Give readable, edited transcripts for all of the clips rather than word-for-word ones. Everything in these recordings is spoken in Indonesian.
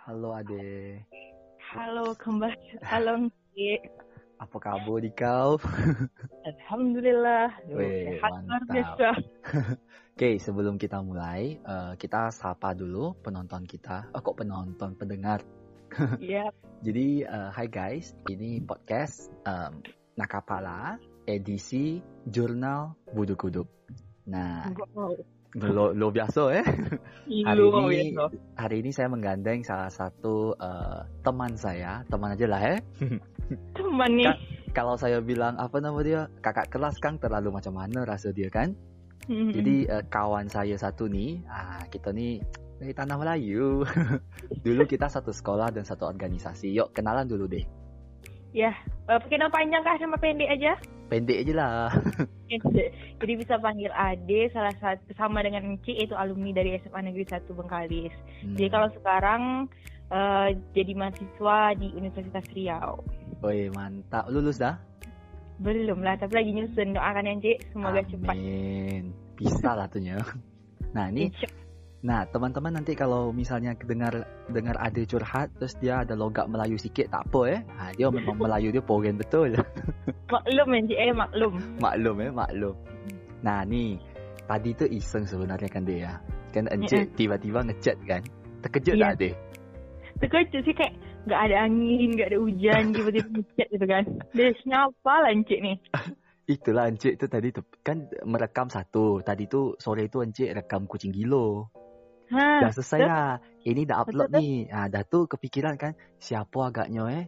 Halo Ade, Halo kembali, halo Nki. apa kabar di kau? Alhamdulillah, Weh, sehat luar mantap. biasa. Oke, sebelum kita mulai, kita sapa dulu penonton kita. Kok penonton, pendengar. Iya, Jadi, hi guys, ini podcast Nakapala, edisi Jurnal Buduk Kuduk. Nah, wow, lo biasa luar biasa. Hari ini saya menggandeng salah satu teman saya, teman aja lah Teman nih. Kalau saya bilang apa nama dia, kakak kelas kan terlalu macam mana rasa dia kan. Jadi kawan saya satu nih, kita nih dari tanah Melayu. Dulu kita satu sekolah dan satu organisasi. Yuk kenalan dulu deh. Ya, pakai nama panjang kah sama pendek aja? Pendek aja lah. Jadi bisa panggil Ade, salah satu sama dengan Nci, itu alumni dari SMA Negeri 1 Bengkalis. Jadi kalau sekarang jadi mahasiswa di Universitas Riau. Woi mantap, lulus dah? Belum lah, tapi lagi nyusun, doakan ya Nci, semoga cepat. Amin. Bisa lah tuhnya. Nah ini, nah teman-teman nanti kalau misalnya dengar Ade curhat, terus dia ada logat Melayu sikit, tak apa dia memang Melayu dia pogen betul. Maklum ya Nci, maklum. Maklum. Nah nih, tadi tu iseng sebenarnya kan dia ya. Kan Encik tiba-tiba ngechat kan. Terkejut tak Ade? Terkejut sih, kayak nggak ada angin, nggak ada hujan, tiba-tiba ngechat gitu kan. Dia siapa lah Encik nih? Itulah Encik tu tadi tu kan merekam satu. Tadi tu sore tu Encik rekam kucing gilo. Dah selesai dah. Ini dah upload nih. Dah tu kepikiran kan, siapa agaknya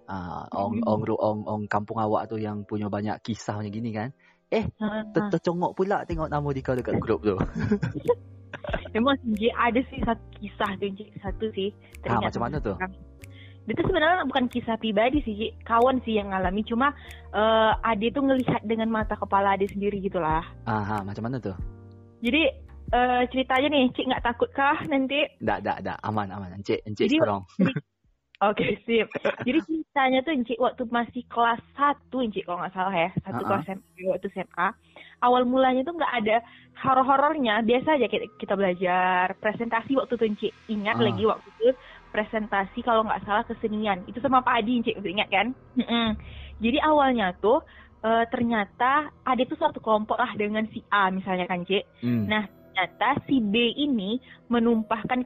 ong kampung awak tu yang punya banyak kisah macam gini kan. Tercongok pula tengok nama dia dekat grup tu. Memang Cik ada sih satu kisah tu Cik. Satu sih. Macam mana tu? Dia tu sebenarnya bukan kisah pribadi sih Cik. Kawan sih yang ngalami. Cuma Ade tu ngelihat dengan mata kepala Ade sendiri gitulah. Macam mana tu? Jadi ceritanya nih, Cik nggak takut kah nanti? Tak. Aman. Encik strong. Oke, sip. Jadi ceritanya tuh Encik waktu masih kelas 1 Encik kalau nggak salah ya. Kelas waktu SMA. Awal mulanya tuh nggak ada horor-horornya. Biasa aja kita belajar presentasi waktu itu Encik. Ingat lagi waktu itu presentasi kalau nggak salah kesenian. Itu sama Pak Adi Encik, ingat kan? Jadi awalnya tuh ternyata ada tuh suatu kelompok lah dengan si A misalnya kan Encik. Nah, ternyata si B ini menumpahkan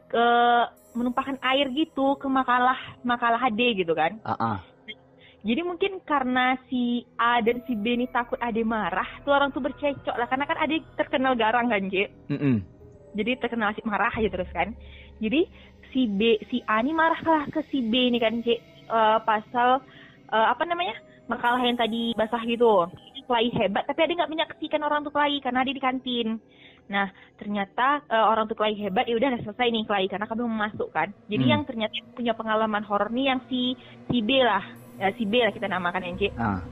air gitu ke makalah HD gitu kan. Jadi mungkin karena si A dan si B ini takut Ade marah, tuh orang tuh bercecok lah, karena kan Ade terkenal garang kan Cik. Jadi terkenal si marah aja terus kan. Jadi si A ini marah lah ke si B ini kan Cik, pasal makalah yang tadi basah gitu. Kelahi hebat, tapi Ade nggak menyaksikan orang tuh kelahi karena Ade di kantin. Nah, ternyata orang tuh kelahi hebat, ya udah selesai nih kelahi karena kami mau masuk kan. Jadi yang ternyata punya pengalaman horor nih yang si B lah. Si B lah kita namakan ya, Cik.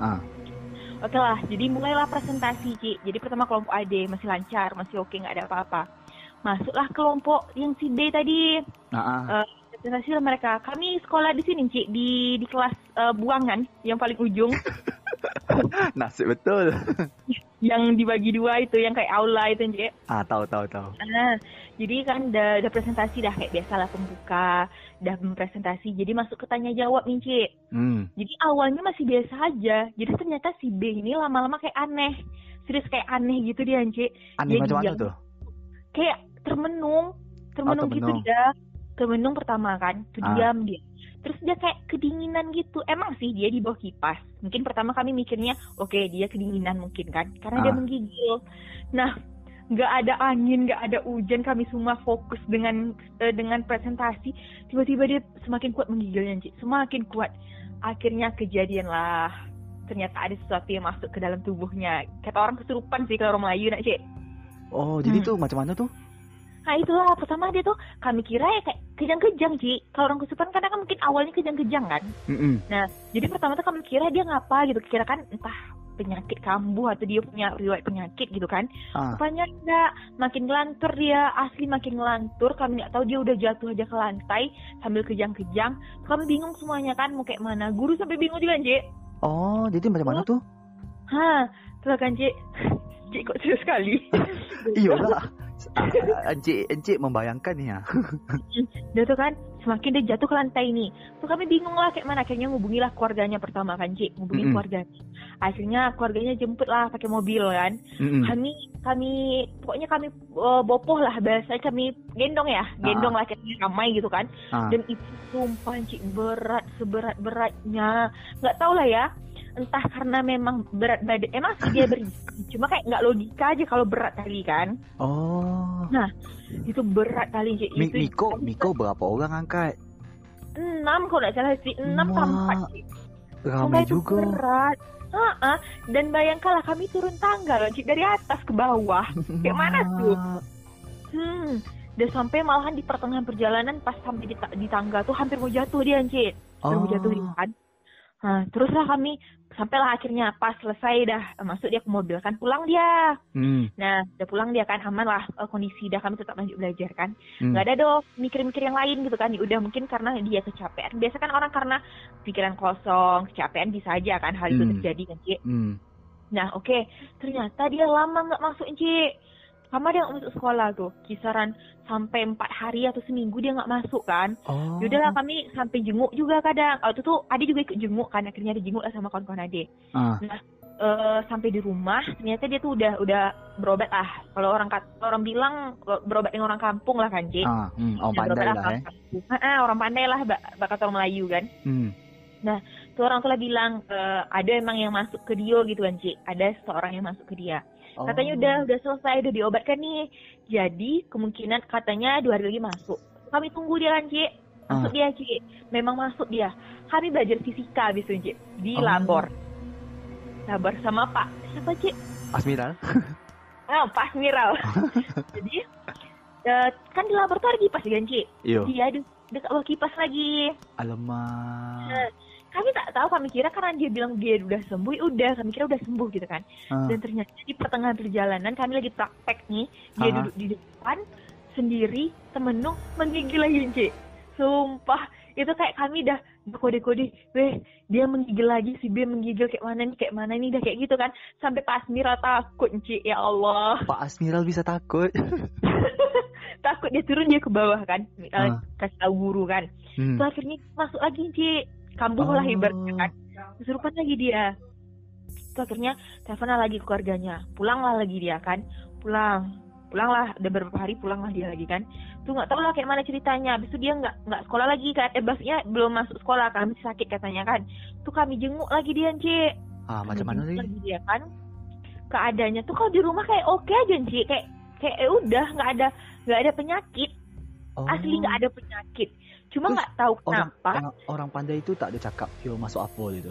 Oke lah, jadi mulailah presentasi, Cik. Jadi pertama kelompok AD masih lancar, masih oke, nggak ada apa-apa. Masuklah kelompok yang si B tadi. Presentasi lah mereka. Kami sekolah di sini, Cik, di kelas buangan yang paling ujung. Nasib betul. Yang dibagi dua itu, yang kayak aula itu Cik. Tahu. Jadi kan udah presentasi dah kayak biasalah pembuka, udah presentasi. Jadi masuk ke tanya jawab nih Cik. Jadi awalnya masih biasa aja. Jadi ternyata si B ini lama-lama kayak aneh. Serius kayak aneh gitu dia Cik. Aneh macam mana tuh? Kayak termenung gitu dia. Termenung pertama kan, tuh diam dia. Terus dia kayak kedinginan gitu. Emang sih dia di bawah kipas. Mungkin pertama kami mikirnya, oke, dia kedinginan mungkin kan. Karena dia menggigil. Nah, nggak ada angin, nggak ada hujan. Kami semua fokus dengan presentasi. Tiba-tiba dia semakin kuat menggigilnya, Cik. Semakin kuat. Akhirnya kejadian lah. Ternyata ada sesuatu yang masuk ke dalam tubuhnya. Kata orang kesurupan sih kalau orang Melayu, nak Cik. Oh, jadi tuh macam mana tuh? Nah itulah, pertama dia tuh kami kira ya kayak kejang-kejang Cik. Kalau orang kesurupan kadang kan mungkin awalnya kejang-kejang kan. Nah jadi pertama tuh kami kira dia ngapa gitu. Kira kan entah penyakit kambuh atau dia punya riwayat penyakit gitu kan. Rupanya enggak, makin ngelantur dia, asli makin ngelantur. Kami nggak tahu dia udah jatuh aja ke lantai sambil kejang-kejang. Kami bingung semuanya kan mau kayak mana. Guru sampai bingung juga Cik. Oh jadi macam mana tuh? Tuh kan Cik. Cik kok serius sekali. Iyalah. Encik membayangkan ni ya. Dia tuh kan semakin dia jatuh ke lantai nih. Tuh kami bingung lah kayak mana. Akhirnya ngubungilah keluarganya pertama kan, Cik. Ngubungin keluarganya. Akhirnya keluarganya jemput lah pakai mobil kan. Kami pokoknya kami bopoh lah, biasanya kami gendong ya. Gendong lah kayak ramai gitu kan. Dan itu sumpah, Cik, berat seberat-beratnya. Nggak tahu lah ya. Entah karena memang berat badan, emang sih dia berisi, cuma kayak nggak logika aja kalau berat kali kan. Nah, itu berat kali. Miko berapa orang angkat? 6 kalau nggak salah sih, 6 tambah 4. Ramai juga. Berat. Dan bayangkanlah kami turun tangga loh, Cik, dari atas ke bawah. Kayak mana tuh? Dan sampai malahan di pertengahan perjalanan pas sampai di tangga tuh hampir mau jatuh dia, Cik. Hampir mau jatuh dia kan. Nah, teruslah kami sampailah akhirnya pas selesai dah masuk dia ke mobil kan, pulang dia. Nah, udah pulang dia kan, aman lah kondisi dah, kami tetap lanjut belajar kan. Nggak ada dong mikir-mikir yang lain gitu kan. Udah mungkin karena dia kecapean. Biasa kan orang karena pikiran kosong, kecapean bisa aja kan hal itu terjadi kan, Cik. Nah, oke. Ternyata dia lama nggak masuk, Cik. Lama dia nggak masuk sekolah tuh, kisaran sampai 4 hari atau seminggu dia nggak masuk kan. Yaudahlah kami sampai jenguk juga kadang. Waktu itu adik juga ikut jenguk kan, akhirnya dijenguk lah sama kawan-kawan adik. Nah, sampai di rumah ternyata dia tuh udah berobat lah. Kalau orang bilang berobat dengan orang kampung lah kan, Cik. Orang pandai lah orang pandai lah, bakat orang Melayu kan. Nah, tuh orang tuh lah bilang ada emang yang masuk ke dia gitu kan, Cik. Ada seseorang yang masuk ke dia. Katanya udah selesai, udah diobatkan nih. Jadi kemungkinan katanya 2 hari lagi masuk. Kami tunggu dia kan, Cik. Masuk dia, Cik. Memang masuk dia. Kami belajar fisika abis itu, Cik. Di labor. Labor sama Pak. Siapa, Cik? Asmiral. Pak Asmiral. Jadi kan di labor tuh ada kipas kan, Cik. Dia dekat bawah kipas lagi. Alamak. Kami tak tahu, kami kira karena dia bilang dia udah sembuh, kami kira udah sembuh gitu kan. Dan ternyata di pertengahan perjalanan kami lagi praktek nih, dia duduk di depan sendiri, temenung menggigil lagi, Cik. Sumpah, itu kayak kami dah kode-kode, dia menggigil lagi, si B menggigil kayak mana nih, dah kayak gitu kan. Sampai Pak Asmiral takut, Cik, ya Allah. Pak Asmiral bisa takut? Takut, dia turun, dia ke bawah kan, kasih tahu guru kan. Terus akhirnya masuk lagi, Cik. Kambuh lah ibaratnya kan. Kesurupan lagi dia. Terus akhirnya teleponlah lagi ke keluarganya. Pulanglah lagi dia kan. Pulanglah. Udah beberapa hari pulanglah dia lagi kan. Tuh nggak tahu lah kayak mana ceritanya. Habis itu dia nggak sekolah lagi kan. Maksudnya belum masuk sekolah kan. Masih sakit katanya kan. Tuh kami jenguk lagi dia, Cik. Macam mana sih? Lagi dia kan. Keadaannya tuh kalau di rumah kayak oke aja, Cik. Kayak udah nggak ada penyakit. Asli nggak ada penyakit. Cuma nggak tahu kenapa orang pandai itu tak ada cakap yo masuk apa gitu.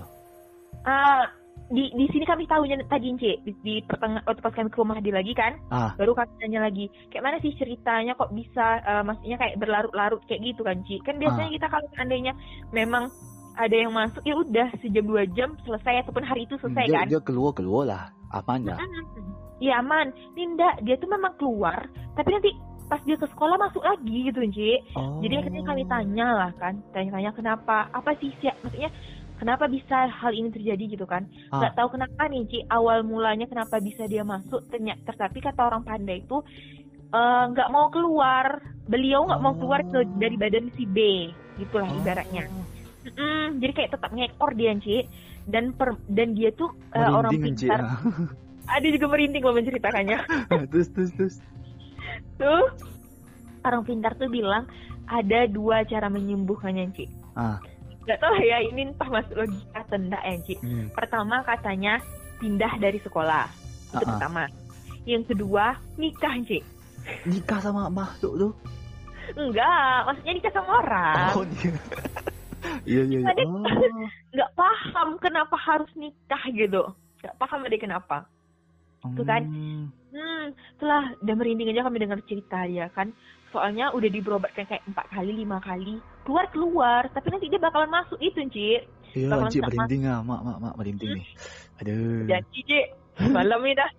Di sini kami tahunya tadi, Cik, di pertengahan waktu pas kami ke rumah dia lagi kan, baru kami tanya lagi kayak mana sih ceritanya kok bisa maksudnya kayak berlarut-larut kayak gitu kan, Cik. Kan biasanya kita kalau seandainya memang ada yang masuk ya udah sejam 2 jam selesai ataupun hari itu selesai kan. Dia keluar lah, aman dah. Iya aman. Ninda dia tuh memang keluar, tapi nanti pas dia ke sekolah masuk lagi gitu, Cik. Jadi akhirnya kami tanya lah kan, tanya kenapa, apa sih maksudnya kenapa bisa hal ini terjadi gitu kan. Nggak tahu kenapa nih, Cik, awal mulanya kenapa bisa dia masuk, tetapi kata orang pandai itu nggak mau keluar, beliau nggak mau keluar dari badan si B gitulah ibaratnya. Jadi kayak tetap ngekor dia, Cik. Dan dia tuh orang pintar. Ada juga merinding kalau menceritakannya. Terus tuh orang pintar tuh bilang ada 2 cara menyembuhkannya, Cik. Gak tau ya, ini entah masuk logika atau enggak ya, Cik. Pertama katanya pindah dari sekolah. Itu pertama. Yang kedua nikah, Cik. Nikah sama makhluk tuh? Enggak, maksudnya nikah sama orang. Iya. Nggak paham kenapa harus nikah gitu. Nggak paham ada kenapa. Tuh kan. Setelah udah merinding aja kami dengar cerita dia kan. Soalnya udah diberobatkan kayak 4 kali, 5 kali. Keluar. Tapi nanti dia bakalan masuk itu, Cik. Iya, Cik merinding ah. Mak merinding nih. Aduh. Jadi, Cik. Malam ni dah.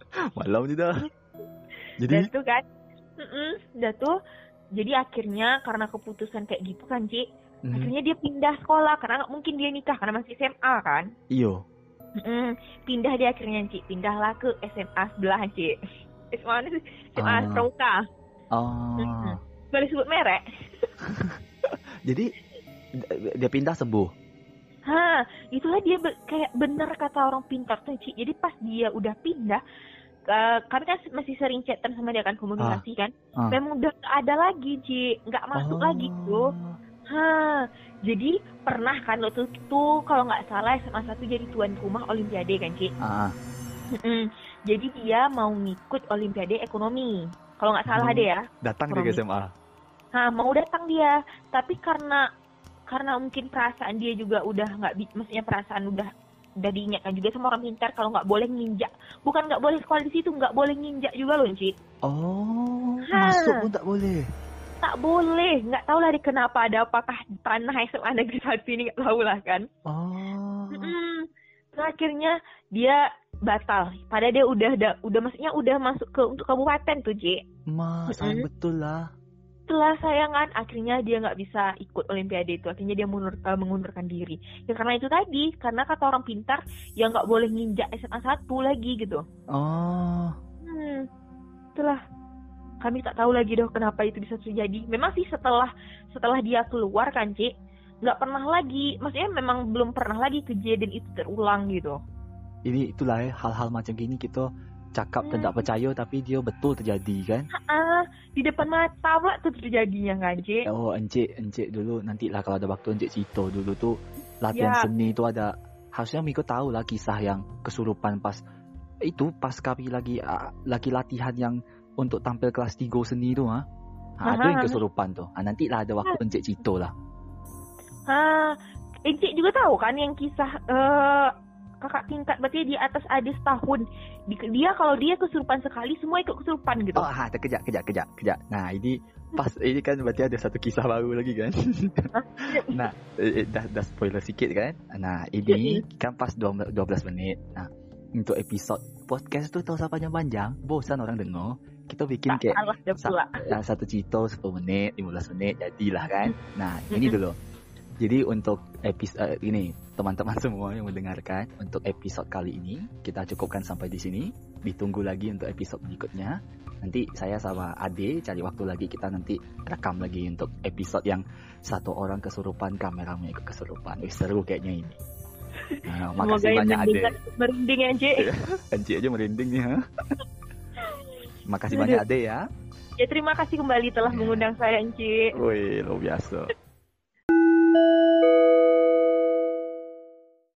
Jadi? Dan tuh kan. Udah tuh. Jadi akhirnya karena keputusan kayak gitu kan, Cik. Akhirnya dia pindah sekolah. Karena nggak mungkin dia nikah. Karena masih SMA kan. Iya. Pindah dia akhirnya, Cik. Pindahlah ke SMA sebelah, Cik. SMA Pramuka. Oh. Boleh sebut merek. Jadi dia pindah sembuh. Itulah dia kayak bener kata orang pintar tuh, Ci. Jadi pas dia udah pindah, karena kan masih sering chatan sama dia kan, komunikasi kan. Memang udah gak ada lagi, Ci. Nggak masuk lagi tuh. Jadi pernah kan waktu itu kalau nggak salah SMA 1 jadi tuan rumah Olimpiade kan, Ci. Jadi dia mau ngikut Olimpiade ekonomi. Kalau nggak salah deh ya. Datang dia ke SMA. Mau datang dia, tapi karena mungkin perasaan dia juga udah maksudnya perasaan udah diingatkan juga sama orang pintar kalau nggak boleh nginjak. Bukan nggak boleh sekolah di situ, nggak boleh nginjak juga loh, Ci. Masuk pun tak boleh. Tak boleh, nggak tahu lah kenapa, ada apakah tanah SMA Negeri 1 ini, nggak tahu lah kan. Terus akhirnya dia batal. Padahal dia udah maksudnya udah masuk untuk kabupaten tuh, Ci. Sayang betul lah. Setelah sayangan, akhirnya dia nggak bisa ikut Olimpiade itu. Akhirnya dia mengundurkan diri. Ya karena itu tadi, karena kata orang pintar, ya nggak boleh nginjak SMA 1 lagi gitu. Itulah. Kami tak tahu lagi kenapa itu bisa terjadi. Memang sih setelah dia keluar kan, Ci, nggak pernah lagi. Maksudnya memang belum pernah lagi kejadian itu terulang gitu. Itulah hal-hal macam gini kita cakap dan tak percaya, tapi dia betul terjadi kan? Di depan mata pula tuh terjadinya kan, Cik. Encik dulu nantilah kalau ada waktu Encik cerita dulu tuh latihan seni itu ada, harusnya Miko tahu lah kisah yang kesurupan pas kami lagi latihan yang untuk tampil kelas 3 seni tu ada yang kesurupan tu. Nantilah ada waktu Encik cerita lah. Encik juga tahu kan yang kisah kakak tingkat berarti di atas ada setahun. Dia kalau dia kesurupan sekali semua ikut kesurupan gitu. Kejap. Nah, ini kan berarti ada satu kisah baru lagi kan. Nah, dah spoiler sikit kan. Nah, ini kan pas 12 menit. Nah, untuk episod podcast tu tak usah panjang-panjang, bosan orang dengar. Kita bikin kayak satu cerita 10 menit, 15 menit jadilah kan. Nah, ini dulu. Jadi untuk episode ini, teman-teman semua yang mendengarkan, untuk episod kali ini kita cukupkan sampai di sini. Ditunggu lagi untuk episod berikutnya. Nanti saya sama Ade cari waktu lagi, kita nanti rekam lagi untuk episod yang satu orang kesurupan, kameramen ikut kesurupan. Seru kayaknya ini. Makasih banyak Ade. Merinding ya, Cik. Encik aja merinding nih. Makasih banyak Ade ya. Ya terima kasih kembali telah mengundang saya, Encik. Wih, luar biasa.